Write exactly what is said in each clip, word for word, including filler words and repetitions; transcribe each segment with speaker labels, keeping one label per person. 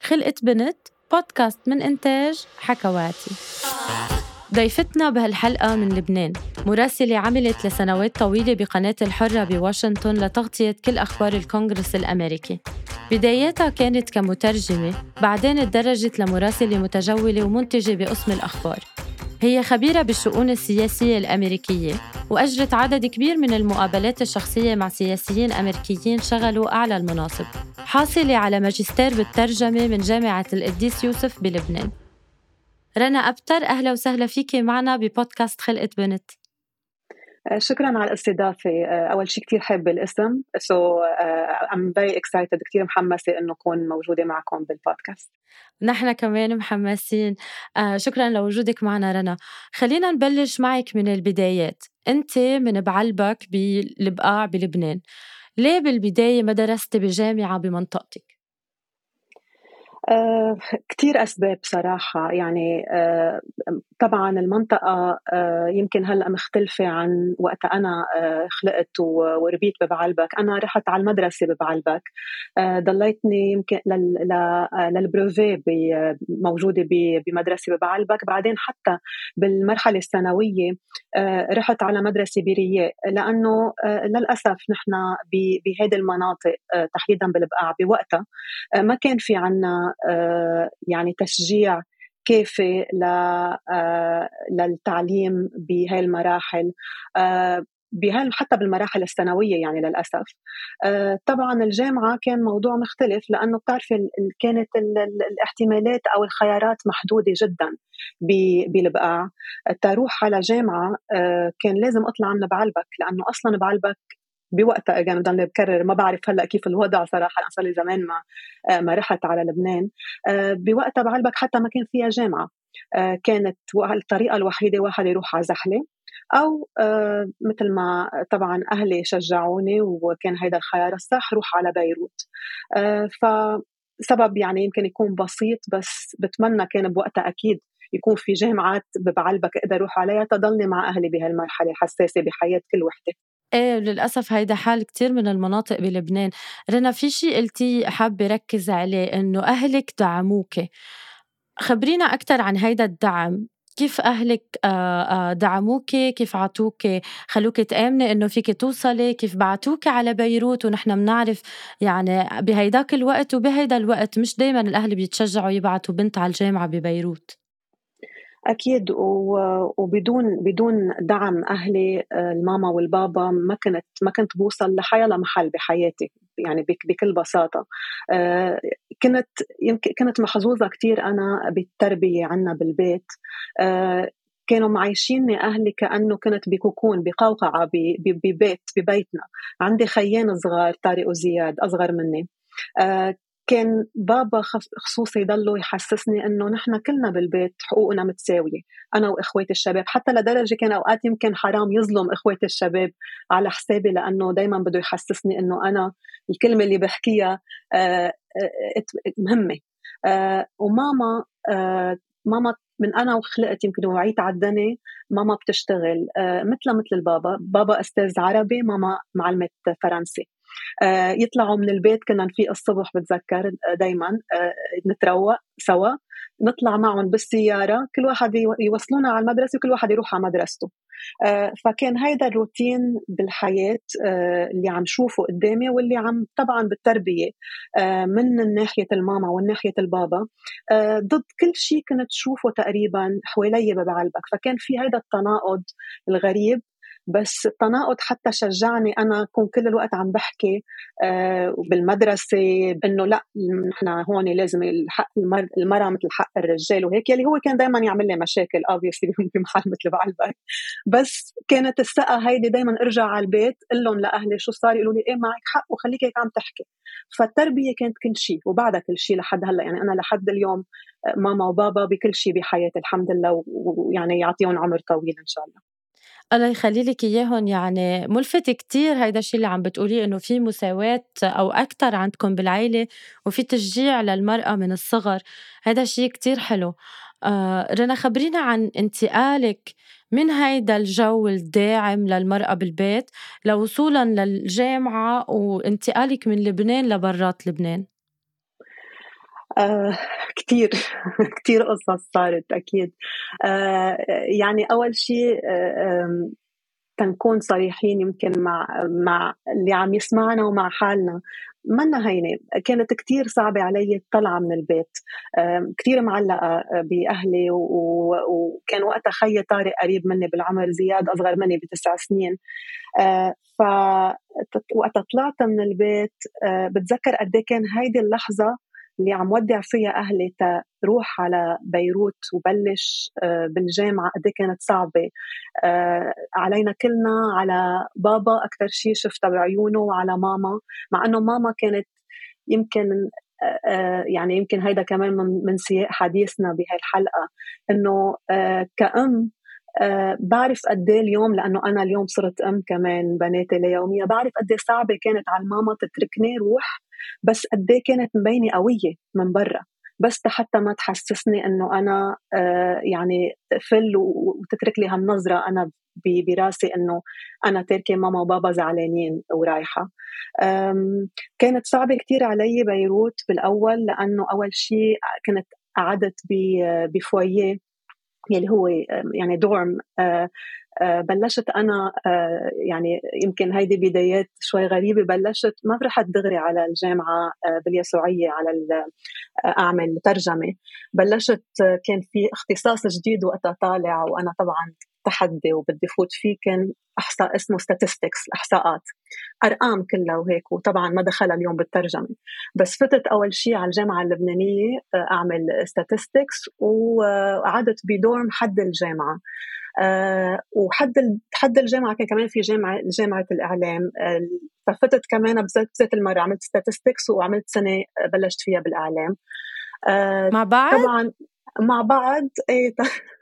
Speaker 1: خلقت بنت بودكاست من إنتاج حكواتي. ضيفتنا بهالحلقة من لبنان، مراسلة عملت لسنوات طويلة بقناة الحرة بواشنطن لتغطية كل أخبار الكونغرس الأمريكي. بداياتها كانت كمترجمة، بعدين اتدرجت لمراسلة متجولة ومنتجة بقسم الأخبار. هي خبيرة بالشؤون السياسية الأمريكية، وأجرت عدد كبير من المقابلات الشخصية مع سياسيين أمريكيين شغلوا أعلى المناصب. حاصلة على ماجستير بالترجمة من جامعة القديس يوسف بلبنان. رنا أبتر، أهلا وسهلا فيكي معنا ببودكاست خلقت بنت.
Speaker 2: شكراً على الاستضافة. أول شيء كتير حابة الاسم so uh, I'm very excited، كتير محمسة إنه أكون موجودة معكم بالبودكاست.
Speaker 1: نحن كمان محمسين. آه شكراً لوجودك معنا رنا. خلينا نبلش معك من البدايات. أنت من بعلبك بالبقاع بلبنان، ليه بالبداية ما درستي بجامعة بمنطقتك؟
Speaker 2: آه، كتير أسباب صراحة. يعني آه، طبعاً المنطقة آه، يمكن هلأ مختلفة عن وقت أنا آه، خلقت وربيت ببعلبك. أنا رحت على المدرسة ببعلبك، آه، ضليتني يمكن للبروفي موجودة بمدرسة ببعلبك. بعدين حتى بالمرحلة الثانوية آه، رحت على مدرسة برياء، لأنه آه، للأسف نحن بهذه المناطق آه، تحديداً بالبقاع بوقتها آه، ما كان في عنا آه، يعني تشجيع كافي للتعليم بهاي المراحل، بهال حتى بالمراحل الثانوية يعني للأسف. طبعا الجامعة كان موضوع مختلف، لأنه بتعرفي كانت الاحتمالات أو الخيارات محدودة جدا بالبقاع. تروح على جامعة كان لازم أطلع من بعلبك، لأنه أصلا بعلبك بوقتها كان بدنا بكرر، ما بعرف هلا كيف الوضع صراحه، صار لي زمان ما ما رحت على لبنان. بوقتها بعلبك حتى ما كان فيها جامعه، كانت الطريقه الوحيده واحد يروح على زحله، او مثل ما طبعا اهلي شجعوني وكان هيدا الخيار الصح، روح على بيروت. فسبب يعني يمكن يكون بسيط، بس بتمنى كان بوقتها اكيد يكون في جامعات ببعلبك اقدر اروح عليها تضلني مع اهلي بهالمرحله الحساسه بحياه كل وحده.
Speaker 1: ايه للأسف هيدا حال كتير من المناطق بلبنان. رنا، في شيء قلتي حابة ركز عليه، إنه أهلك دعموك. خبرينا أكتر عن هيدا الدعم. كيف أهلك دعموك؟ كيف عطوك، خلوك تآمني إنه فيك توصلي؟ كيف بعتوك على بيروت؟ ونحن منعرف يعني بهيداك الوقت وبهيدا الوقت مش دايما الأهل بيتشجعوا يبعتوا بنت على الجامعة ببيروت.
Speaker 2: أكيد، وبدون بدون دعم أهلي الماما والبابا ما كنت ما كنت بوصل لحياة محل بحياتي، يعني بكل بساطة. كنت يمكن كنت محظوظة كتير أنا بالتربية عنا بالبيت. كانوا معيشيني أهلي كأنه كنت بكوكون بقوقعة ببيت ببيتنا. عندي خيين صغار، طارق وزياد أصغر مني. كان بابا خصوصي يضلوا يحسسني انه نحن كلنا بالبيت حقوقنا متساويه، انا واخواتي الشباب، حتى لدرجه كان اوقات يمكن حرام يظلم اخواتي الشباب على حسابي، لانه دائما بده يحسسني انه انا الكلمه اللي بحكيها مهمه. وماما ماما من أنا وخلقت يمكن وعيت على الدني، ماما بتشتغل مثل مثل البابا. بابا أستاذ عربي، ماما معلمة فرنسي. يطلعوا من البيت كنا نفيق الصبح، بتذكر دايما نتروق سوا، نطلع معهم بالسيارة، كل واحد يوصلونا على المدرسة وكل واحد يروح على مدرسته. فكان هيدا الروتين بالحياة اللي عم شوفه قدامي، واللي عم طبعا بالتربية من ناحية الماما والناحية البابا ضد كل شيء كنت شوفه تقريبا حوالي ببعلبك. فكان في هيدا التناقض الغريب، بس التناقض حتى شجعني أنا أكون كل الوقت عم بحكي آه بالمدرسة إنه لا، نحن هون لازم الحق المرأة مثل حق الرجال وهيك، يلي هو كان دايما يعمل لي مشاكل obviously بمحل مثل بعلبك. بس كانت الثقة هيدي دايما أرجع على البيت قل لهم لأهلي شو صار، يقولوا لي إيه معك حق وخليك هيك عم تحكي. فالتربية كانت كل شيء، وبعدها كل شيء لحد هلأ. يعني أنا لحد اليوم ماما وبابا بكل شيء بحياتي الحمد لله، ويعني يعطيهم عمر طويل إن شاء الله.
Speaker 1: الله يخلي لك إياهم. يعني ملفت كتير هيدا الشيء اللي عم بتقوليه، إنه في مساواة أو أكتر عندكم بالعيلة، وفي تشجيع للمرأة من الصغر. هيدا الشيء كتير حلو. آه رنا، خبرينا عن انتقالك من هيدا الجو الداعم للمرأة بالبيت لوصولا للجامعة، وانتقالك من لبنان لبرات لبنان.
Speaker 2: آه كتير كتير قصص صارت أكيد. آه يعني أول شيء آه تنكون صريحين يمكن مع مع اللي عم يسمعنا ومع حالنا، منا هينة. كانت كتير صعبة علي الطلعة من البيت، كتير معلقة بأهلي، وكان وقتها خيي طارق قريب مني بالعمر، زياد أصغر مني بتسع سنين. فوقتها طلعت من البيت بتذكر قد كان هيدي اللحظة اللي عم ودع فيها أهلي تروح على بيروت وبلش بالجامعة. قد كانت صعبة علينا كلنا، على بابا أكتر شيء شفتها بعيونه، وعلى ماما، مع أنه ماما كانت يمكن يعني يمكن هيدا كمان من, من سياق حديثنا بهاي الحلقة، إنه كأم أه بعرف قد ايه اليوم، لانه انا اليوم صرت ام كمان بناتي اليوميه، بعرف قد ايه صعبه كانت على الماما تتركني روح، بس قد ايه كانت مبينه قويه من برا، بس حتى ما تحسسني انه انا أه يعني فل وتترك لي هالنظره انا براسي انه انا تركه ماما وبابا زعلانين ورايحه. كانت صعبه كتير علي بيروت بالاول، لانه اول شيء كنت قعدت بفويه يلي هو يعني دورم. آه آه بلشت أنا آه يعني يمكن هيدي بدايات شوي غريبة، بلشت ما رحت دغري على الجامعة آه باليسوعية على أعمل ترجمة. بلشت آه كان في اختصاص جديد وقتها طالع، وأنا طبعا تحدي وبدي فوت فيه، كان أحصاء اسمه statistics، الأحصاءات، أرقام كلها وهيك، وطبعا ما دخلها اليوم بالترجمة. بس فتت أول شيء على الجامعة اللبنانية أعمل statistics، وقعدت بدورم حد الجامعة. أه وحد حد الجامعة كان كمان في جامعة جامعة الإعلام. أه ففتت كمان بذات المرة عملت statistics، وعملت سنة بلشت فيها بالإعلام.
Speaker 1: أه مع بعض؟
Speaker 2: طبعا مع بعض. ايه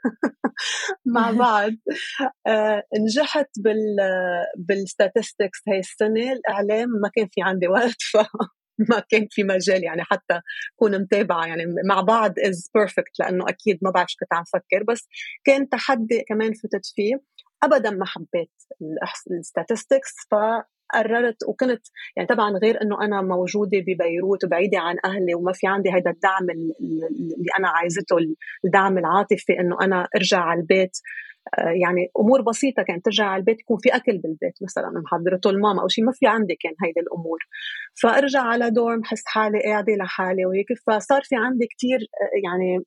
Speaker 2: مع بعض. آه نجحت بال بالستاتستكس هاي السنة. الإعلام ما كان في عندي وقت، فما كان في مجال يعني حتى كون متابعة. يعني مع بعض is perfect، لأنه أكيد ما بعرف كنت عم فكر، بس كان تحدي كمان فتت فيه. أبدا ما حبيت الستاتستكس، ف قررت، وكنت يعني طبعا غير انه انا موجوده ببيروت وبعيده عن اهلي وما في عندي هذا الدعم اللي انا عايزته، الدعم العاطفي، انه انا ارجع على البيت. يعني امور بسيطه كانت ترجع على البيت يكون في اكل بالبيت مثلا محضرته الماما او شيء، ما في عندي كان هيدي الامور. فارجع على دورم حس حالي قاعده لحالي وهيك، فصار في عندي كتير يعني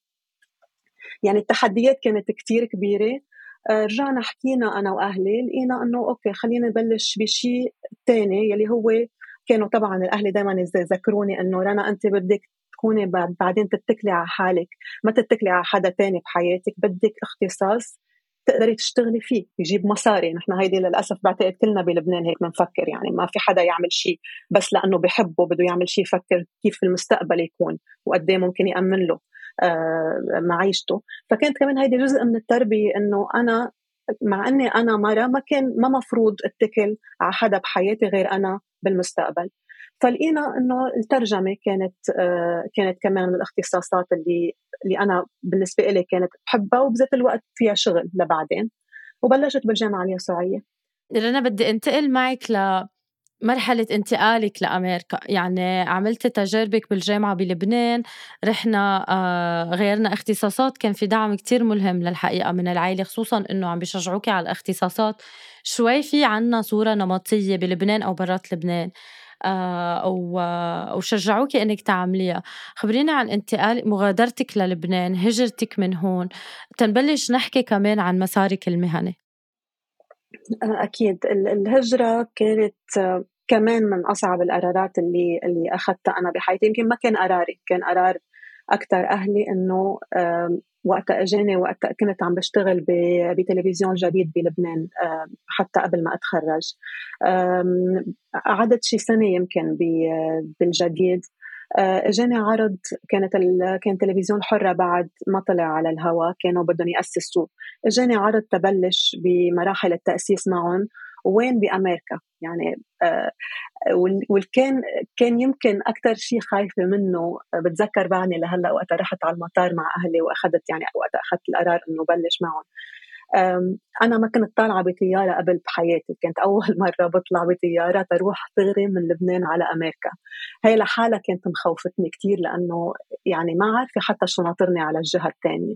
Speaker 2: يعني التحديات كانت كتير كبيره. رجعنا حكينا أنا وأهلي، لقينا أنه أوكي خلينا نبلش بشيء تاني، يلي هو كانوا طبعا الأهلي دايما يذكروني أنه رنا أنت بدك تكوني بعد بعدين تتكلي على حالك، ما تتكلي على حدا تاني بحياتك، بدك اختصاص تقدري تشتغلي فيه يجيب مصاري. نحن هيدي للأسف بعتقد كلنا بلبنان هيك بنفكر، يعني ما في حدا يعمل شيء بس لأنه بحبه، بده يعمل شيء يفكر كيف في المستقبل يكون وقد ايه ممكن يأمن له معيشته. فكانت كمان هيدي جزء من التربية، إنه أنا مع أني أنا مرة ما كان ما مفروض اتكل على حدا بحياتي غير أنا بالمستقبل. فلقينا إنه الترجمة كانت كانت كمان من الاختصاصات اللي اللي أنا بالنسبة لي كانت بحبها، وبذات الوقت فيها شغل لبعدين، وبلشت بالجامعة اليسوعية.
Speaker 1: أنا بدي انتقل معك ل مرحلة انتقالك لأمريكا. يعني عملت تجاربك بالجامعة بلبنان، رحنا آه غيرنا اختصاصات، كان في دعم كتير ملهم للحقيقة من العائلة، خصوصاً إنه عم بيشجعوك على الاختصاصات. شوي في عنا صورة نمطية بلبنان أو برات لبنان، آه وشجعوك إنك تعمليها. خبرينا عن انتقال مغادرتك للبنان، هجرتك من هون، تنبلش نحكي كمان عن مسارك المهني.
Speaker 2: أكيد الهجرة كانت كمان من أصعب القرارات اللي اللي أخذتها أنا بحياتي. يمكن ما كان قراري، كان قرار أكتر أهلي. إنه وقتها أجاني وقتها كنت عم بشتغل بتلفزيون جديد بلبنان حتى قبل ما أتخرج. قعدت شي سنة يمكن بالجديد. اجاني عرض، كانت ال... كان تلفزيون حرة بعد ما طلع على الهواء، كانوا بدهم يأسسوه. اجاني عرض تبلش بمراحل التأسيس معهم، وين بأمريكا يعني. آه والكان كان يمكن أكتر شيء خايفة منه، بتذكر بعدني لهلا وقت رحت على المطار مع أهلي وأخذت يعني وقت أخذت القرار إنه بلش معهم. أنا ما كنت طالعة بطيارة قبل بحياتي، كانت أول مرة بطلع بطيارة تروح تغري من لبنان على أمريكا. هاي لحالها كانت مخوفتني كتير لأنه يعني ما عارفة حتى شو ناطرني على الجهة الثانية.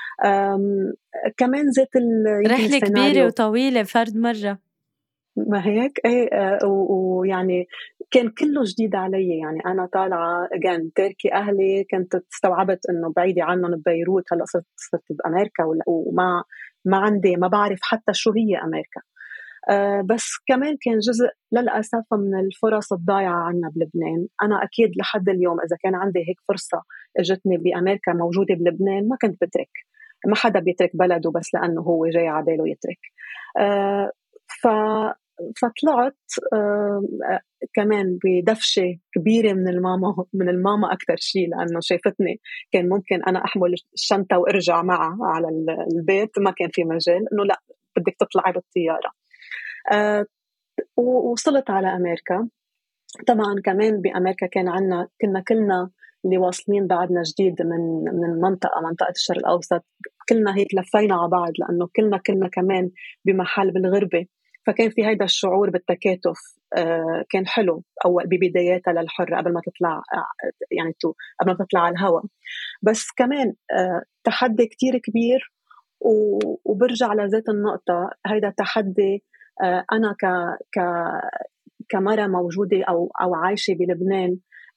Speaker 2: كمان زيت
Speaker 1: رحلة
Speaker 2: السيناريو
Speaker 1: كبيرة وطويلة فرد مرة،
Speaker 2: ما هيك ايه. ويعني كان كله جديد علي، يعني انا طالعه again تركي اهلي، كنت استوعبت انه بعيده عنهم ببيروت، هلا صرت صرت بامريكا وما ما عندي ما بعرف حتى شو هي امريكا. أه بس كمان كان جزء للاسف من الفرص الضايعه عنا بلبنان. انا اكيد لحد اليوم اذا كان عندي هيك فرصه اجتني بامريكا موجوده بلبنان ما كنت بترك. ما حدا بيترك بلده بس لانه هو جاي على باله يترك. أه ف فطلعت آه كمان بدفشة كبيرة من الماما من الماما أكتر شيء، لأنه شافتني كان ممكن أنا أحمل الشنطة وأرجع معها على البيت، ما كان في مجال إنه لا بدك تطلعي بالطيارة. آه ووصلت على أمريكا. طبعا كمان بأمريكا كان عنا كنا كلنا اللي واصلين بعدنا جديد من من المنطقة منطقة الشرق الأوسط، كلنا هيك لفينا على بعض لأنه كلنا كلنا كمان بمحل بالغربة، فكان في هيدا الشعور بالتكاتف. آه كان حلو أول ببداياتها للحرة قبل ما تطلع، يعني تو قبل ما تطلع على الهواء. بس كمان آه تحدي كتير كبير. وبرجع لذات النقطة، هيدا تحدي آه أنا ك ك كمرة موجودة أو أو عايشة بلبنان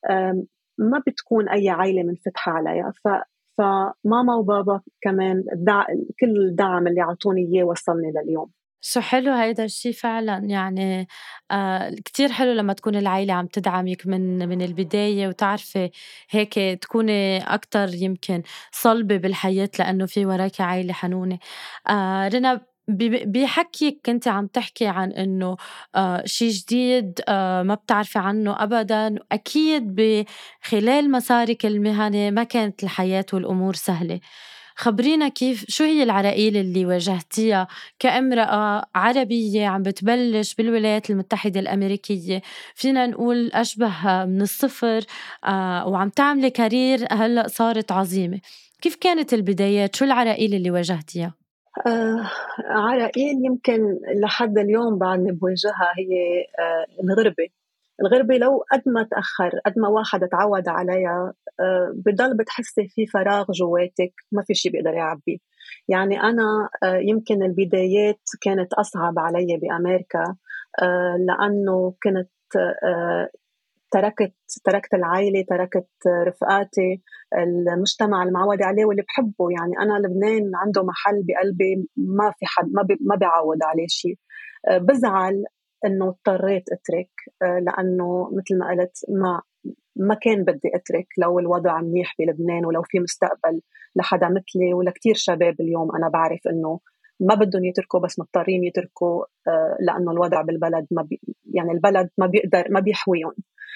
Speaker 2: ما بتكون أي عائلة منفتحة عليها. ف فماما وبابا كمان الدع... كل الدعم اللي عطوني إياه وصلني لليوم.
Speaker 1: شو حلو هيدا الشي فعلا، يعني آه كتير حلو لما تكون العائلة عم تدعمك من من البداية، وتعرفي هيك تكوني أكتر يمكن صلبة بالحياة لأنه في وراك عائلة حنونة. آه رنا، بحكيك كنت عم تحكي عن إنه آه شي جديد آه ما بتعرفي عنه أبدا، أكيد بخلال مسارك المهني ما كانت الحياة والأمور سهلة. خبرينا كيف، شو هي العراقيل اللي واجهتيها كامرأة عربية عم بتبلش بالولايات المتحدة الأمريكية، فينا نقول أشبه من الصفر، آه وعم تعملي كارير هلأ صارت عظيمة. كيف كانت البدايات؟ شو العراقيل اللي واجهتيها؟
Speaker 2: آه عراقيل يمكن لحد اليوم بعدني بواجهها، هي آه الغربة. الغربة لو قد ما تأخر قد ما واحد تعود عليها آه بضل بتحسي في فراغ جواتك ما في شيء بيقدر يعبيه. يعني أنا آه يمكن البدايات كانت أصعب علي بأمريكا آه لأنه كنت آه تركت تركت العائلة، تركت رفقاتي، المجتمع المعودة عليه واللي بحبه. يعني أنا لبنان عنده محل بقلبي ما في حد ما بي ما بيعود عليه شيء. بزعل إنه اضطريت أترك لأنه مثل ما قلت ما ما كان بدي أترك لو الوضع منيح بلبنان ولو في مستقبل لحدا مثلي ولكتير شباب اليوم أنا بعرف إنه ما بدهم يتركوا بس مضطرين يتركوا لأنه الوضع بالبلد ما بي يعني البلد ما بيقدر ما بيحويهم.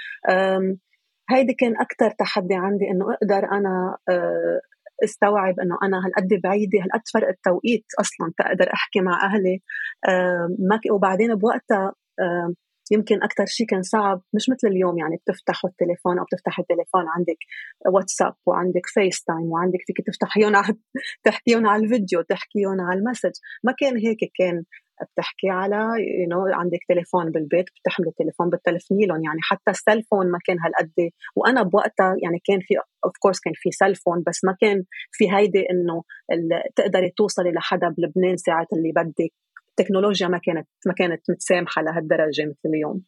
Speaker 2: هيدي كان أكتر تحدي عندي، إنه أقدر أنا استوعب إنه أنا هالقد بعيدة، هالقد فرق التوقيت أصلاً تقدر أحكي مع أهلي. ما وبعدين بوقتها يمكن أكتر شيء كان صعب مش مثل اليوم، يعني بتفتحوا التليفون أو بتفتح التليفون عندك واتساب وعندك فيس تايم وعندك فيك تفتحيون على تحكيون على الفيديو تحكيون على المسج. ما كان هيك، كان بتحكي على you know عندك تليفون بالبيت بتحمل التليفون بتلفني لهم. يعني حتى السلفون ما كان هالقد، وأنا بوقتها يعني كان في of course كان في سلفون بس ما كان في هيدي إنه تقدري توصلي لحدا بلبنان ساعة اللي بدك. التكنولوجيا ما كانت ما كانت متسامحة لهالدرجة مثل اليوم.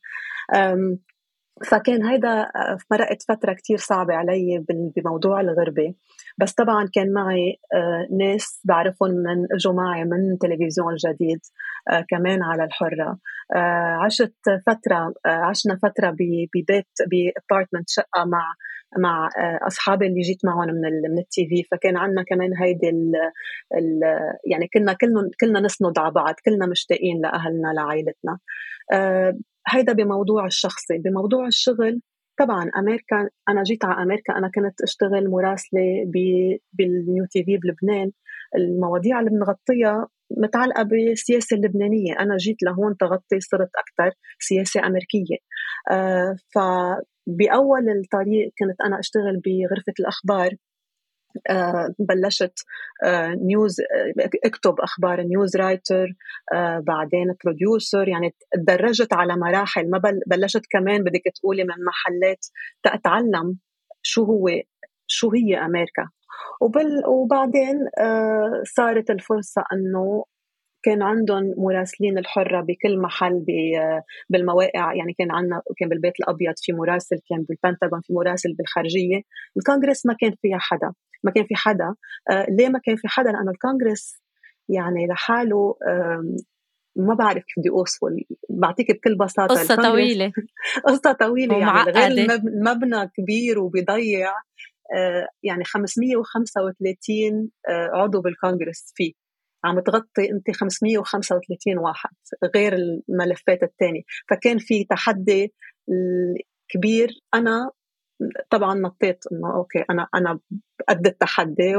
Speaker 2: فكان هيدا مرقت فترة كتير صعبة علي بموضوع الغربة. بس طبعا كان معي ناس بعرفهم من اجوا معي من تلفزيون الجديد كمان على الحرة. عشت فترة عشنا فترة ببيت بأبارتمنت شقة مع مع أصحابي اللي جيت معهم من ال من التي في. فكان عنا كمان هيدي ال ال يعني كنا كلنا كلنا نسند على بعض، كلنا مشتاقين لأهلنا لعائلتنا. هيدا بموضوع الشخصي. بموضوع الشغل طبعا أمريكا، أنا جيت على أمريكا أنا كنت أشتغل مراسلة بالنيو تي في بلبنان. المواضيع اللي بنغطيها متعلقة بالسياسة اللبنانية. أنا جيت لهون تغطي صرت أكتر سياسة أمريكية. آه فبأول الطريق كنت أنا أشتغل بغرفة الأخبار آه بلشت آه نيوز، آه اكتب أخبار، نيوز رايتر، آه بعدين بروديوسر، يعني تدرجت على مراحل. ما بلشت كمان بدك تقولي من محلات تتعلم شو هو شو هي أمريكا. وبل وبعدين آه صارت الفرصة أنه كان عندهم مراسلين الحرة بكل محل بالمواقع، يعني كان عندنا، كان بالبيت الأبيض في مراسل، كان بالبنتاغون في مراسل، بالخارجية. الكونغرس ما كان فيها حدا، ما كان في حدا. آه ليه ما كان في حدا؟ لأنه الكونغرس يعني لحاله، آه ما بعرف كيف بدي أوصل، بعطيك بكل بساطة.
Speaker 1: قصة طويلة
Speaker 2: قصة طويلة يعني، غير
Speaker 1: ومعقدة.
Speaker 2: المبنى كبير وبيضيع. آه يعني خمسمية وخمسة وثلاثين آه عضو بالكونغرس فيه، عم تغطي انت خمسمية وخمسة وثلاثين واحد غير الملفات الثانية. فكان في تحدي كبير. انا طبعا نطيت انه اوكي، انا انا قد التحدي،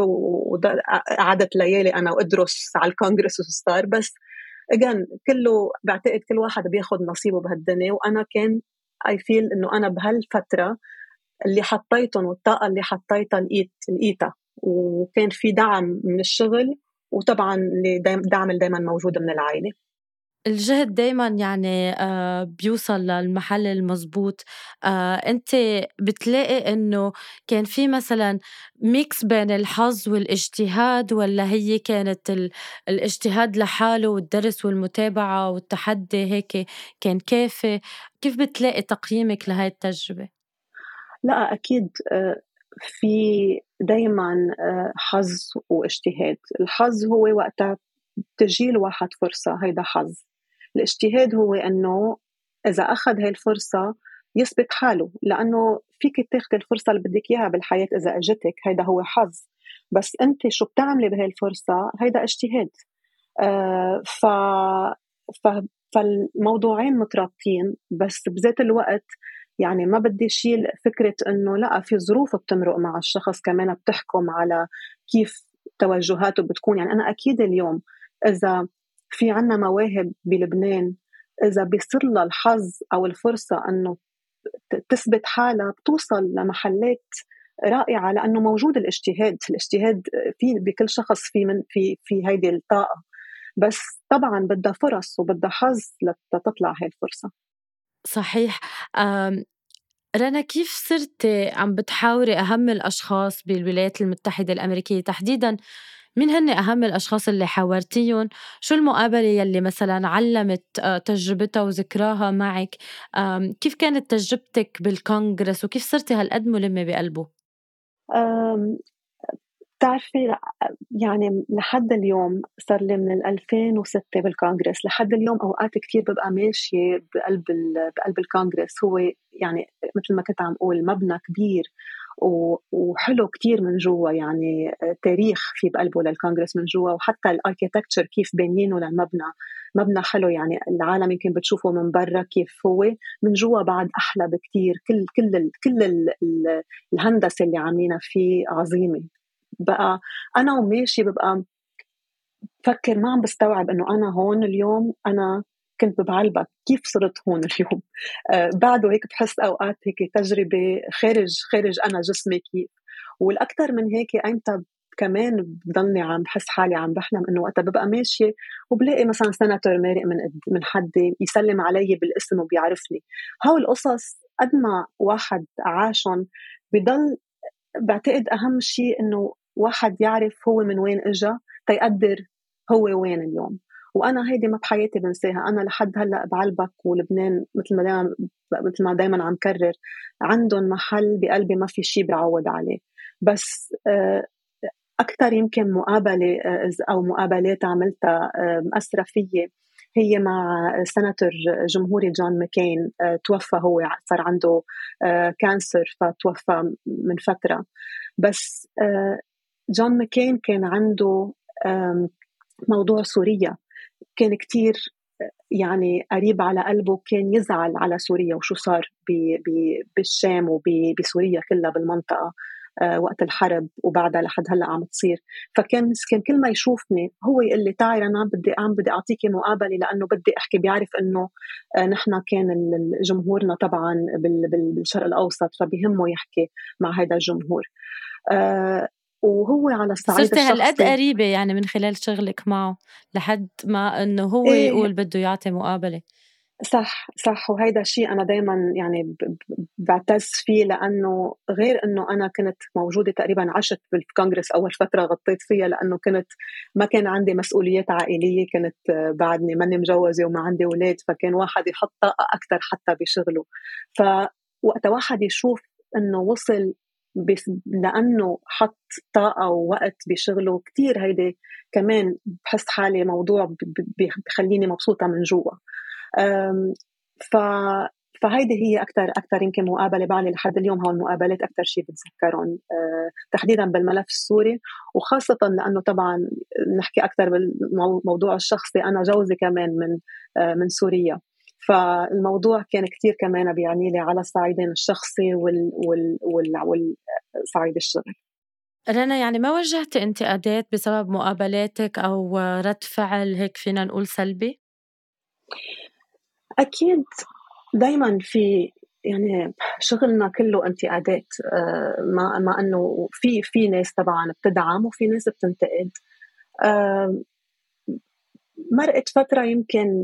Speaker 2: وقعدت ليالي انا وادرس على الكونغرس وستار. بس اجان كله بعتقد كل واحد بياخد نصيبه بهالدنيا، وانا كان اي فيل انه انا بهالفتره اللي حطيتهم والطاقه اللي حطيتها لقيت لقيتها، وكان في دعم من الشغل، وطبعا اللي دعم دايما موجود من العائله.
Speaker 1: الجهد دايما يعني آه بيوصل للمحل المزبوط. آه أنت بتلاقي إنه كان في مثلا ميكس بين الحظ والاجتهاد، ولا هي كانت ال... الاجتهاد لحاله والدرس والمتابعة والتحدي هيك كان كافي؟ كيف بتلاقي تقييمك لهاي التجربة؟
Speaker 2: لا أكيد في دايما حظ واجتهاد. الحظ هو وقتها تجي الواحد فرصة، هيدا حظ. الاجتهاد هو أنه إذا أخذ هاي الفرصة يثبت حاله، لأنه فيك تاخد الفرصة اللي بدك إياها بالحياة إذا أجتك، هيدا هو حظ. بس أنت شو بتعملي بهاي الفرصة، هيدا اجتهاد. آه ف... ف... فالموضوعين مترابطين، بس بذات الوقت يعني ما بدي شيل فكرة إنه لا، في ظروف بتمرق مع الشخص كمان بتحكم على كيف توجهاته بتكون. يعني أنا أكيد اليوم إذا في عنا مواهب بلبنان، إذا بيصير لها الحظ أو الفرصة إنه تثبت حالها، بتوصل لمحلات رائعة، لأنه موجود الاجتهاد. الاجتهاد في بكل شخص، في من في في هيدي الطاقة، بس طبعا بدها فرص وبدها حظ لتطلع هاي الفرصة.
Speaker 1: صحيح. رنا، كيف صرتي عم بتحاوري أهم الأشخاص بالولايات المتحدة الأمريكية تحديداً؟ مين هن أهم الأشخاص اللي حاورتيهم؟ شو المقابلة يلي مثلاً علمت تجربتها وذكراها معك؟ كيف كانت تجربتك بالكونغرس، وكيف صرتي هالقد ملمة بقلبه؟
Speaker 2: بتعرفي يعني لحد اليوم صار لي من ألفين وستة بالكونغرس، لحد اليوم أوقات كتير ببقى ماشية بقلب بقلب الكونغرس. هو يعني مثل ما كنت عم أقول مبنى كبير وحلو كتير من جوا، يعني تاريخ في بقلبه للكونغرس من جوا، وحتى الاركيتكتشر كيف بانيينه للمبنى، مبنى حلو. يعني العالم يمكن بتشوفه من برا كيف هو، من جوا بعد أحلى بكتير. كل كل ال كل ال الهندسة اللي عاملينها فيه عظيمة. بقى أنا وماشي ببقى فكر، ما عم بستوعب إنه أنا هون اليوم، أنا كنت بعلبك كيف صرت هون اليوم. آه بعده هيك بحس أوقات هيك تجربة خارج خارج أنا جسمي كيف. والأكثر من هيك أيمتى كمان بضلني عم بحس حالي عم بحلم إنه وقتها ببقى ماشية وبلاقي مثلا سناتور مارق من من حد يسلم علي بالاسم وبيعرفني. هاو القصص قد ما واحد عاشن بضل بعتقد أهم شيء إنه واحد يعرف هو من وين إجا تيقدر هو وين اليوم. وأنا هيدي ما بحياتي بنساها. أنا لحد هلأ بعلبك ولبنان مثل ما دايما مثل ما دايما عم كرر، عندهم محل بقلبي ما في شيء بعوض عليه. بس أكثر يمكن مقابلة أو مقابلات عملتها مأثرة فيي هي مع سناتور جمهوري جون ماكين. توفى، هو صار عنده كانسر فتوفى من فترة. بس جون ماكين كان عنده موضوع سوريا كان كتير يعني قريب على قلبه، كان يزعل على سوريا وشو صار بالشام وبسوريا كلها بالمنطقة وقت الحرب وبعدها لحد هلا عم تصير. فكان مسكين كل ما يشوفني هو يقول لي تعي أنا بدي عم بدي أعطيكي مقابلة، لأنه بدي أحكي. بيعرف إنه نحن كان جمهورنا طبعا بالشرق الأوسط، فبيهمه يحكي مع هذا الجمهور. وهو على الصعيد
Speaker 1: صرتي هالقد
Speaker 2: الشخصي
Speaker 1: قريبة يعني من خلال شغلك معه لحد ما إنه هو
Speaker 2: إيه
Speaker 1: يقول بده يعطي مقابلة.
Speaker 2: صح صح وهيدا الشيء أنا دايما يعني ب- ب- بعتز فيه، لأنه غير أنه أنا كنت موجودة تقريبا عشت بالكونغرس أول فترة غطيت فيها، لأنه كنت ما كان عندي مسؤوليات عائلية، كنت آه، بعدني ماني مجوزة وما عندي أولاد، فكان واحد يحط طاقة أكتر حتى بشغله. فوقت واحد يشوف أنه وصل بس لأنه حط طاقة ووقت بشغله كتير، هيدي كمان بحس حالي موضوع ب- ب- بخليني مبسوطة من جوا. أم، ف فهيدي هي أكثر أكثر يمكن مقابلة بعلي لحد اليوم، هون المقابلات أكثر شيء بتذكرهم أه، تحديدا بالملف السوري، وخاصة لأنه طبعا نحكي أكثر بالموضوع الشخصي، أنا جوزي كمان من أه، من سوريا، فالموضوع كان كتير كمان بيعني لي على الصعيدين الشخصي وال وال وال والصعيد الشغل.
Speaker 1: رنا، يعني ما واجهتي انتقادات بسبب مقابلاتك أو رد فعل هيك فينا نقول سلبي؟
Speaker 2: أكيد دايما في، يعني شغلنا كله انتقادات، آه، ما ما انه في في ناس طبعا بتدعم وفي ناس بتنتقد. آه، مرقت فترة يمكن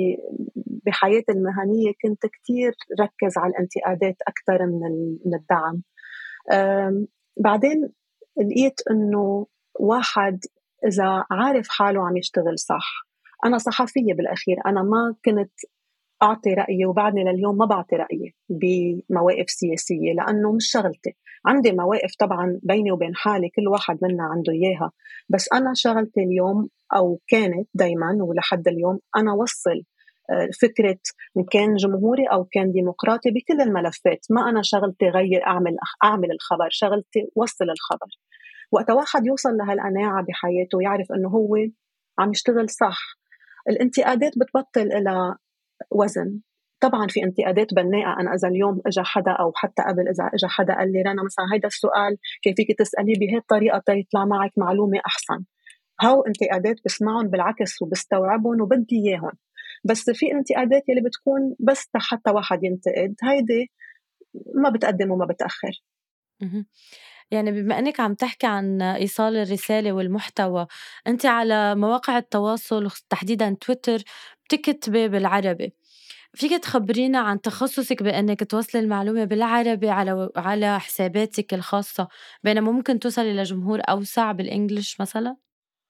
Speaker 2: بحياتي المهنية كنت كتير ركز على الانتقادات أكثر من من الدعم. آه، بعدين لقيت إنه واحد إذا عارف حاله عم يشتغل صح، أنا صحفية بالأخير، أنا ما كنت أعطي رأيي وبعدني لليوم ما بعطي رأيي بمواقف سياسية لأنه مش شغلتي. عندي مواقف طبعا بيني وبين حالي كل واحد منا عنده إياها، بس أنا شغلتي اليوم أو كانت دايما ولحد اليوم أنا وصل آه، فكرة إن كان جمهوري أو كان ديمقراطي بكل الملفات. ما أنا شغلتي غير أعمل أعمل الخبر، شغلتي وصل الخبر. وقت واحد يوصل لهالقناعة بحياته ويعرف إنه هو عم يشتغل صح، الانتقادات بتبطل إلى وزن. طبعا في انتقادات بناءة، أنا إذا اليوم إجا حدا أو حتى قبل إذا إجا حدا قال لي رنا مثلا هيدا السؤال كيف فيك تسأليه بهي الطريقة تيطلع معك معلومة أحسن، هاو انتقادات بسمعهم بالعكس وبستوعبهم وبدي إياهم. بس في انتقادات يلي بتكون بس حتى واحد ينتقد، هيدي ما بتقدم وما بتأخر.
Speaker 1: اهم. يعني بما إنِّك عم تحكي عن إيصال الرسالة والمحتوى، أنتِ على مواقع التواصل تحديدًا تويتر بتكتبي بالعربي، فيكِ تخبرينا عن تخصُّصِك بإنِّك توصلي المعلومة بالعربي على و على حساباتِك الخاصة، بينما ممكن توصلي لجمهور أوسع بالEnglish مثلًا؟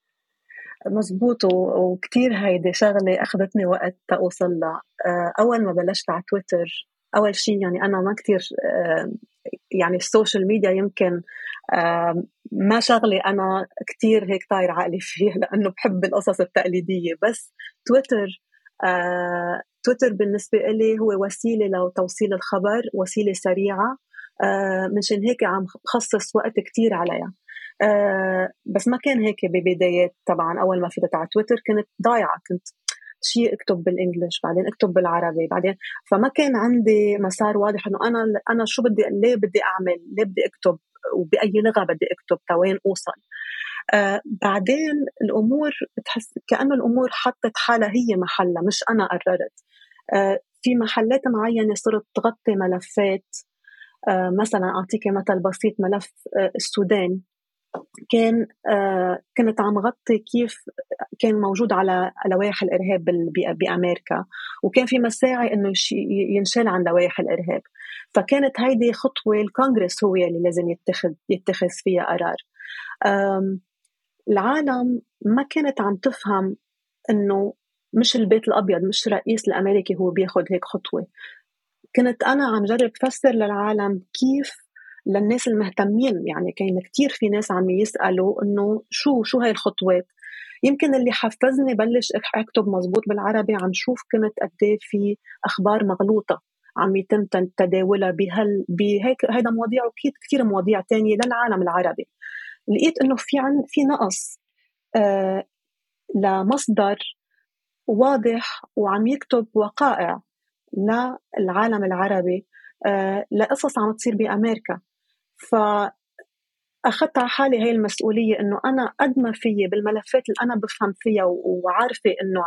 Speaker 2: مزبوط، وكتير هيدي شغلة أخذتني وقت تأوصل لها. آه، أول ما بلشت على تويتر، أول شيء يعني أنا ما كتير آه، يعني السوشيال ميديا يمكن آه، ما شغلي أنا كتير هيك طاير عقلي فيه لأنه بحب القصص التقليدية. بس تويتر آه، تويتر بالنسبة إلي هو وسيلة لتوصيل الخبر، وسيلة سريعة، آه، منشان هيك عم خصص وقت كتير عليها. آه، بس ما كان هيك ببدايات. طبعا أول ما فتت على تويتر كنت ضايعة، كنت شيء اكتب بالانجلش بعدين اكتب بالعربي بعدين، فما كان عندي مسار واضح انه انا انا شو بدي، ليه بدي اعمل، ليه بدي اكتب وباي لغه بدي اكتب توين اوصل. آه بعدين الامور بتحس كانه الامور حطت حالها هي محلها، مش انا قررت. آه في محلات معينه صرت تغطي ملفات. آه مثلا اعطيك مثل بسيط، ملف آه السودان كان آه كنت عم غطي كيف كان موجود على لوائح الإرهاب بأمريكا، وكان في مساعي إنه ينشال عن لوائح الإرهاب. فكانت هيدي خطوة الكونغرس هو اللي لازم يتخذ يتخذ فيها قرار. العالم ما كانت عم تفهم إنه مش البيت الأبيض، مش الرئيس الأمريكي هو بياخد هيك خطوة. كنت أنا عم جرب فسر للعالم كيف للناس المهتمين، يعني كان كتير في ناس عم يسألوا إنه شو شو هاي الخطوات. يمكن اللي حفزني بلش أكتب مزبوط بالعربي، عم شوف كنت قديه في أخبار مغلوطة عم يتم تداولها بهال بهيك هيدا مواضيع، وكيد كتير مواضيع تانية للعالم العربي. لقيت إنه في عن في نقص آه لمصدر واضح وعم يكتب وقائع للعالم العربي آه لقصص عم تصير بأمريكا. فأخذت على حالي هاي المسؤولية، إنه أنا قد ما فيي بالملفات اللي أنا بفهم فيها وعارفة إنه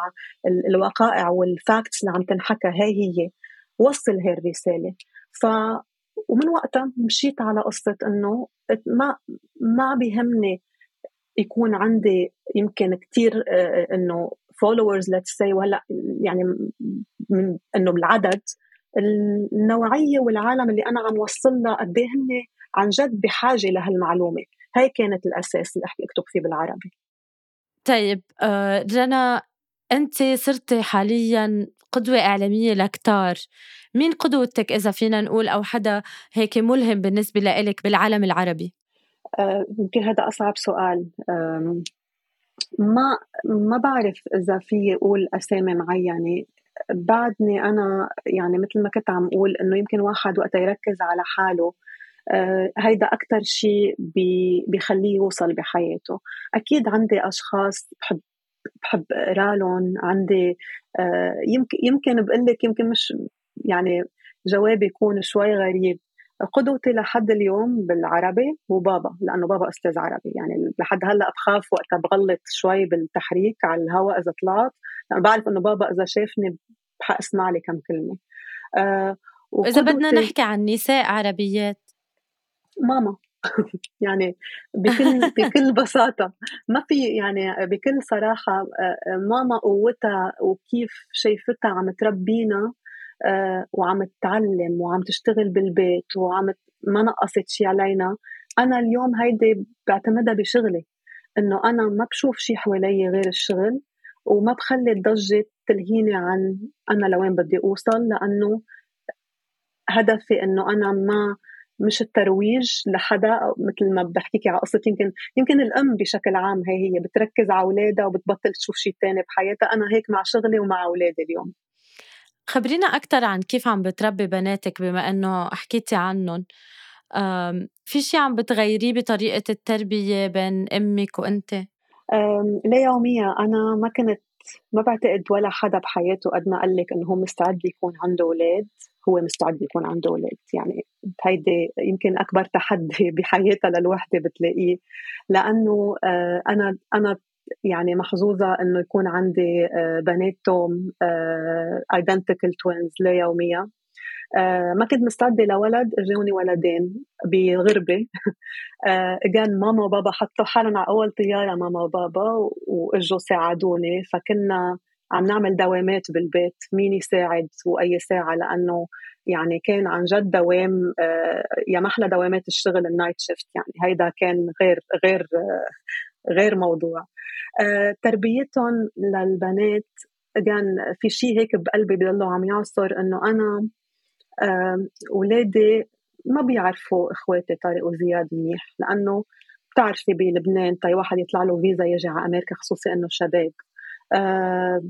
Speaker 2: الوقائع والفاكتس اللي عم تنحكى هاي هي، وصل هاي الرسالة. ف ومن وقتها مشيت على قصة إنه ما ما بيهمني يكون عندي يمكن كتير إنه followers let's say، وهلا يعني من إنه بالعدد، النوعية والعالم اللي أنا عم وصلنا قد إيه هن عن جد بحاجة لهالمعلومة. هاي كانت الأساس اللي أحكي أكتب فيه بالعربي.
Speaker 1: طيب آه جنى، أنت صرتي حالياً قدوة إعلامية لكتار. مين قدوتك إذا فينا نقول، أو حدا هيك ملهم بالنسبة لإلك بالعالم العربي؟
Speaker 2: يمكن آه هذا أصعب سؤال. ما ما بعرف إذا في أقول أسامي معينة. بعدني أنا يعني مثل ما كنت عم أقول إنه يمكن واحد وقت يركز على حاله آه هيدا أكتر شيء بي بيخليه يوصل بحياته. أكيد عندي أشخاص بحب بحب أقرأ عندي آه يمكن يمكن بقولك يمكن مش يعني جوابي يكون شوي غريب. قدوتي لحد اليوم بالعربي هو بابا، لأنه بابا أستاذ عربي. يعني لحد هلأ بخاف وقتها بغلط شوي بالتحريك على الهواء إذا طلعت، لأنه بعرف إنه بابا إذا شافني حأسمع لي كم كلمة. آه
Speaker 1: إذا بدنا نحكي عن نساء عربيات،
Speaker 2: ماما يعني بكل بكل بساطة، ما في يعني بكل صراحة. ماما قوتها وكيف شايفتها عم تربينا وعم تتعلم وعم تشتغل بالبيت وعم ما نقصت شي علينا. أنا اليوم هيدي بعتمدها بشغلي، إنه أنا ما بشوف شي حوالي غير الشغل، وما بخلي الضجة تلهيني عن أنا لوين بدي أوصل، لأنه هدفي إنه أنا ما مش الترويج لحدا. مثل ما بحكيكي على قصة يمكن يمكن الأم بشكل عام هي هي بتركز على أولادها وبتبطل تشوف شيء تاني بحياتها. أنا هيك مع شغلي ومع أولادي اليوم.
Speaker 1: خبرينا أكتر عن كيف عم بتربي بناتك، بما أنه حكيتي عنهم. في شيء عم بتغيريه بطريقة التربية بين أمك وأنت؟
Speaker 2: لا يوميا. أنا ما كنت ما بعتقد ولا حدا بحياته قد ما قال لك إنه هو مستعد يكون عنده أولاد هو مستعد يكون عنده أولاد. يعني هيدي يمكن أكبر تحدي بحياتها للوحدة بتلاقيه، لأنه أنا أنا يعني محظوظة إنه يكون عندي بنات توم identical twins لا يوميا. ما كنت مستعدة لولد، اجوني ولدين بغربة. اجان ماما وبابا حطوا حالهم على أول طيارة، ماما وبابا، وإجوا ساعدوني. فكنا عم نعمل دوامات بالبيت، مين يساعد وأي ساعة، لأنه يعني كان عن جد دوام يا محلى دوامات الشغل النايت شيفت. يعني هيدا كان غير غير غير موضوع. تربيتهم للبنات كان في شيء هيك بقلبي بيضلوا عم يعصر، إنه أنا أولادي ما بيعرفوا إخواتي طارق وزياد منيح، لأنه بتعرفي بلبنان طي واحد يطلع له فيزا يجي على أمريكا، خصوصي إنه شباب أه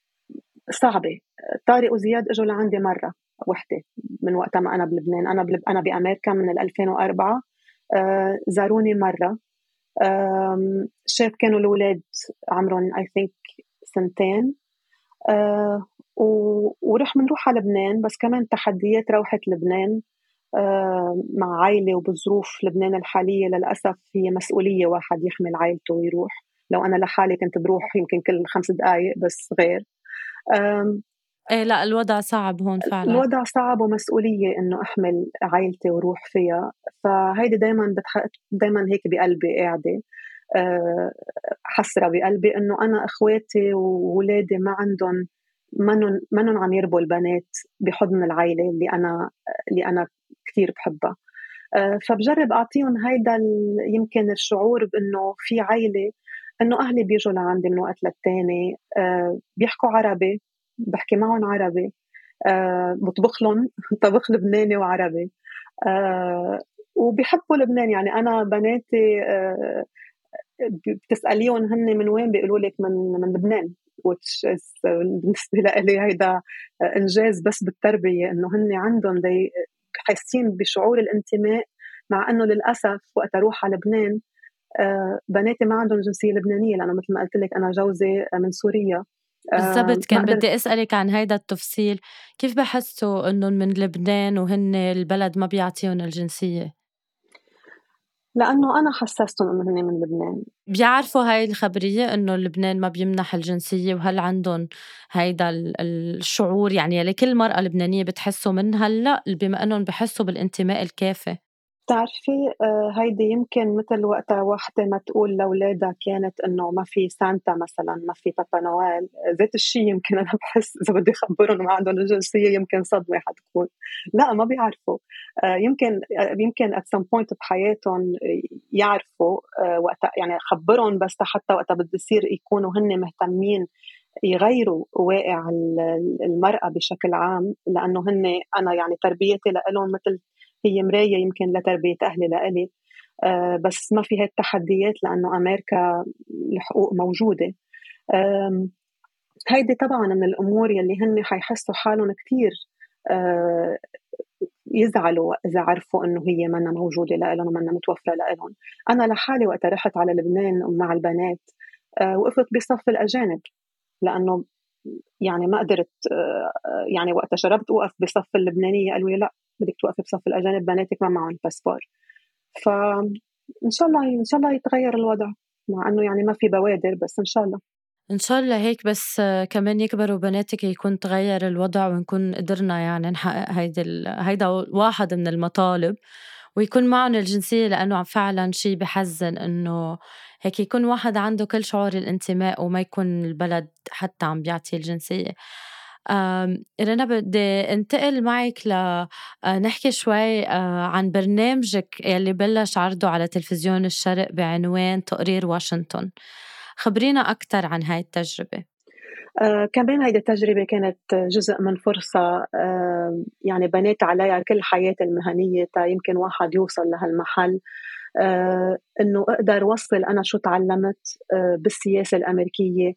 Speaker 2: صعبة. طارق وزياد إجوا لعندي مرة وحدة من وقت ما أنا بلبنان. أنا بلب... أنا بأمريكا من ألفين وأربعة. أه زاروني مرة. أه شاف كانوا الأولاد عمرهم I think سنتين. أه و... ورح منروح على لبنان، بس كمان تحديات روحة لبنان أه مع عائلة وبظروف لبنان الحالية. للأسف هي مسؤولية واحد يحمل عائلته ويروح. لو أنا لحالي كنت بروح يمكن كل خمس دقايق، بس غير.
Speaker 1: إيه لا، الوضع صعب هون فعلا.
Speaker 2: الوضع صعب ومسؤولية إنه أحمل عائلتي وروح فيها. فهيدي دايما بتح... دايما هيك بقلبي قاعدة أه حسرة بقلبي إنه أنا إخواتي وولادي ما عندهم منن منن عم يربوا البنات بحضن العائلة اللي أنا اللي أنا كثير بحبها. أه فبجرب أعطيهم هيدا يمكن الشعور بإنه في عائلة، إنه أهلي بيجوا لعندي من وقت للتاني أه بيحكوا عربي، بحكي معهم عربي، أه بطبخ لهم طبخ لبناني وعربي، أه وبيحبوا لبنان. يعني أنا بناتي أه بتسأليهم هن من وين، بيقولوا لك من من لبنان. which is بالنسبة لي هيدا إنجاز بس بالتربية، إنه هن عندهم دي حاسين بشعور الانتماء، مع إنه للأسف وقت أروح على لبنان أه بناتي ما عندهم جنسية لبنانية، لأنه مثل ما قلت لك أنا جوزي من سوريا.
Speaker 1: بالضبط، كان بدي أسألك عن هيدا التفصيل. كيف بحسوا إنهم من لبنان وهن البلد ما بيعطيهم الجنسية؟
Speaker 2: لأنه أنا حسستهم إنه هن من لبنان.
Speaker 1: بيعرفوا هاي الخبرية إنه لبنان ما بيمنح الجنسية؟ وهل عندهم هيدا الشعور يعني لكل مرأة لبنانية بتحسوا منها لا بما إنهم بحسوا بالانتماء الكافي؟
Speaker 2: بتعرفي هيدي يمكن مثل وقتها واحدة ما تقول لأولادها كانت إنه ما في سانتا مثلا، ما في بابا نويل، ذات الشيء يمكن أنا بحس إذا بدي أخبرهم ما عندهم الجنسية يمكن صدمة حتكون. لا ما بيعرفوا، يمكن يمكن at some point بحياتهم يعرفوا وقتها، يعني خبرهم بس حتى وقتها بده يصير يكونوا هن مهتمين يغيروا واقع المرأة بشكل عام، لأنه هن أنا يعني تربيتي لهم مثل هي مراية يمكن لتربية أهلي لإلي، أه بس ما في هاي التحديات لأنه أمريكا الحقوق موجودة. هيدي طبعا من الأمور يلي هن حيحسوا حالهم كتير أه يزعلوا إذا عرفوا إنه هي منا موجودة لإلهم ومنا متوفرة لإلهم. أنا لحالي وقت رحت على لبنان مع البنات أه وقفت بصف الأجانب، لأنه يعني ما قدرت أه يعني وقت شربت وقف بصف اللبنانية قالوا لي لا بدك توقفي بصف الأجانب، بناتك ما معهم باسبور. فإن شاء الله إن شاء الله يتغير الوضع، مع إنه يعني ما في بوادر، بس إن شاء الله
Speaker 1: إن شاء الله هيك، بس كمان يكبروا بناتك يكون تغير الوضع ونكون قدرنا يعني نحقق هيدا هيدا واحد من المطالب، ويكون معهم الجنسية، لأنه فعلا شيء بحزن إنه هيك يكون واحد عنده كل شعور الانتماء وما يكون البلد حتى عم بيعطي الجنسية. رنا بدي انتقل معك لنحكي شوي عن برنامجك يلي بلش عرضه على تلفزيون الشرق بعنوان تقرير واشنطن. خبرينا أكتر عن هاي التجربة.
Speaker 2: آه كمان هيدي التجربة كانت جزء من فرصة آه يعني بنيت عليها كل حياتي المهنية تا يمكن واحد يوصل لهالمحل، آه إنه أقدر وصل أنا شو تعلمت آه بالسياسة الأمريكية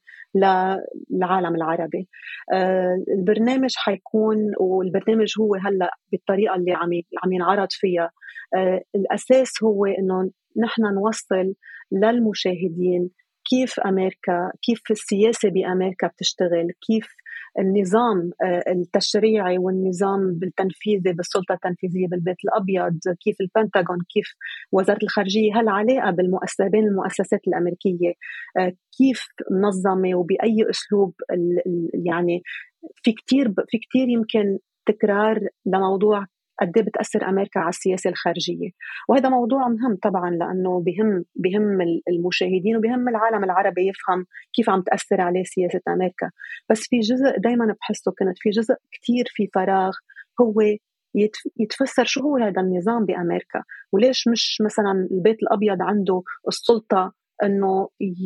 Speaker 2: للعالم العربي. آه البرنامج حيكون، والبرنامج هو هلأ بالطريقة اللي عم عم ينعرض فيها، آه الأساس هو إنه نحن نوصل للمشاهدين كيف أمريكا، كيف السياسة بأمريكا بتشتغل، كيف النظام التشريعي والنظام التنفيذي بالسلطة التنفيذية بالبيت الأبيض، كيف البنتاغون، كيف وزارة الخارجية هالعلاقة بالمؤسسات بين المؤسسات الأمريكية، كيف منظمة وبأي أسلوب. يعني في كتير في كتير يمكن تكرار لموضوع قد ايه بتأثر أمريكا على السياسة الخارجية، وهذا موضوع مهم طبعا لأنه بهم بهم المشاهدين وبهم العالم العربي يفهم كيف عم تأثر عليه سياسة أمريكا. بس في جزء دايما بحسه كنت في جزء كتير في فراغ، هو يتفسر شو هو هذا النظام بأمريكا، وليش مش مثلا البيت الأبيض عنده السلطة انه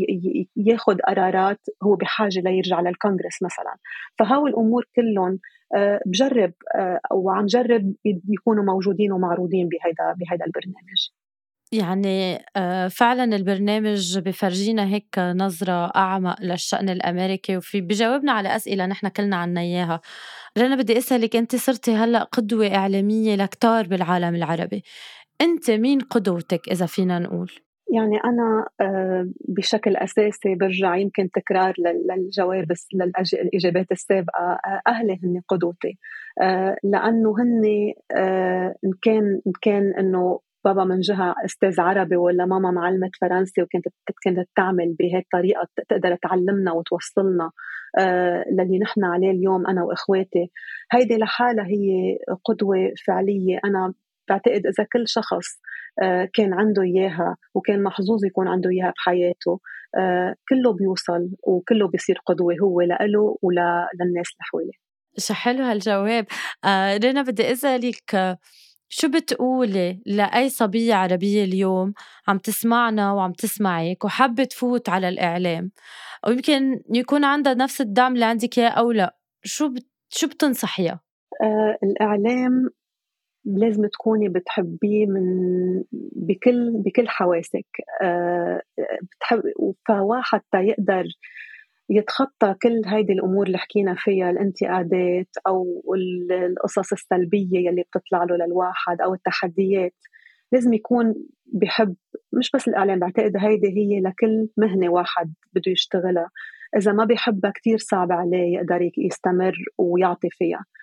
Speaker 2: ياخذ قرارات، هو بحاجه ليرجع للكونغرس مثلا. فهاو الامور كلهم بجرب وعم جرب يكونوا موجودين ومعروضين بهيدا بهيدا البرنامج.
Speaker 1: يعني فعلا البرنامج بفرجينا هيك نظرة أعمق للشأن الأمريكي، وفي بجاوبنا على أسئلة نحن كلنا عنا إياها. رنا بدي أسألك، أنت صرتي هلأ قدوة إعلامية لكتار بالعالم العربي، أنت مين قدوتك إذا فينا نقول؟
Speaker 2: يعني أنا بشكل أساسي برجع يمكن تكرار للجواب للإجابات السابقة، أهلي هن قدوتي، لأنه هن إن كان إن كان إنه بابا من جهة أستاذ عربي ولا ماما معلمة فرنسي وكانت كانت تعمل بهذه الطريقة تقدر تعلمنا وتوصلنا للي نحن عليه اليوم أنا وإخواتي، هيدي لحالها هي قدوة فعلية. أنا بعتقد إذا كل شخص كان عنده إياها وكان محظوظ يكون عنده إياها بحياته كله بيوصل وكله بيصير قدوة هو لإله وللناس اللي حواليه.
Speaker 1: شو حلو هالجواب. آه رنا بدي أسألك، شو بتقولي لأي صبية عربية اليوم عم تسمعنا وعم تسمعك وحابة تفوت على الإعلام، أو يمكن يكون عندها نفس الدعم اللي عندك إياه أو لا، شو بت... شو بتنصحيها؟
Speaker 2: آه الإعلام لازم تكوني بتحبيه من بكل بكل حواسك، أه بتحب، فواحد يقدر يتخطى كل هيدي الأمور اللي حكينا فيها، الانتقادات أو القصص السلبية يلي بتطلع له للواحد أو التحديات. لازم يكون بحب، مش بس الإعلام، بعتقد هيدي هي لكل مهنة واحد بده يشتغلها، إذا ما بيحبها كتير صعب عليه يقدر يستمر ويعطي فيها.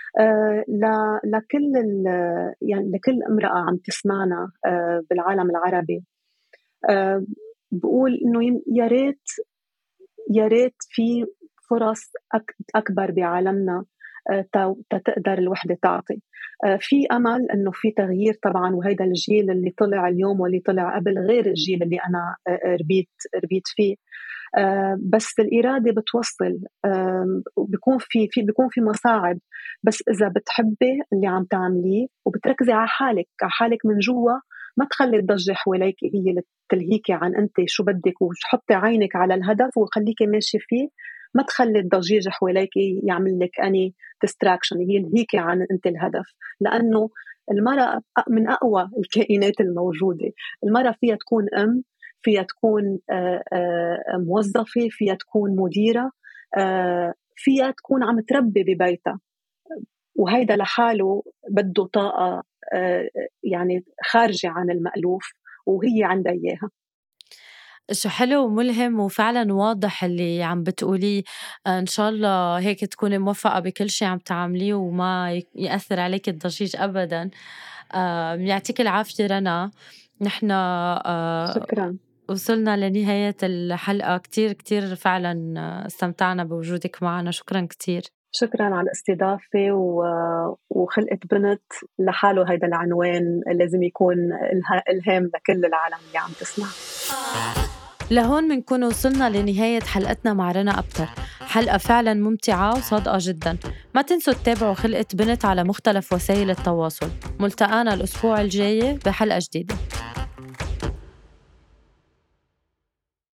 Speaker 2: آه لكل يعني لكل امرأة عم تسمعنا آه بالعالم العربي، آه بقول إنه يا ريت يا ريت في فرص أكبر بعالمنا تقدر الوحدة تعطي. في أمل إنه في تغيير طبعا، وهيدا الجيل اللي طلع اليوم واللي طلع قبل غير الجيل اللي أنا ربيت ربيت فيه. بس الإرادة بتوصل، بيكون في في بيكون في مصاعب، بس إذا بتحبي اللي عم تعمليه وبتركزي على حالك على حالك من جوا، ما تخلي الضجة حواليك هي اللي تلهيكي عن أنت شو بدك، وحطي عينك على الهدف وخليكي ماشي فيه. ما تخلي الضجيج حواليك يعمل لك أني distraction يلهيكي عن أنت الهدف، لأنه المرأة من أقوى الكائنات الموجودة. المرأة فيها تكون أم، فيها تكون موظفة، فيها تكون مديرة، فيها تكون عم تربي ببيتها، وهيدا لحاله بده طاقة يعني خارجة عن المألوف، وهي عندها إياها.
Speaker 1: شو حلو وملهم وفعلا واضح اللي عم بتقوليه. إن شاء الله هيك تكوني موفقة بكل شيء عم تعمليه وما يأثر عليك الضجيج أبدا. يعطيك العافية رنا. نحن
Speaker 2: شكرا.
Speaker 1: وصلنا لنهاية الحلقة. كتير كتير فعلا استمتعنا بوجودك معنا. شكرا كتير.
Speaker 2: شكرا على الاستضافة و... وخلقت بنت لحاله. هيدا العنوان لازم يكون إلهام لكل العالم اللي عم تسمع.
Speaker 1: لهون منكون وصلنا لنهاية حلقتنا مع رنا أبتر. حلقة فعلا ممتعة وصادقة جدا. ما تنسوا تتابعوا خلقت بنت على مختلف وسائل التواصل. ملتقانا الأسبوع الجاي بحلقة جديدة.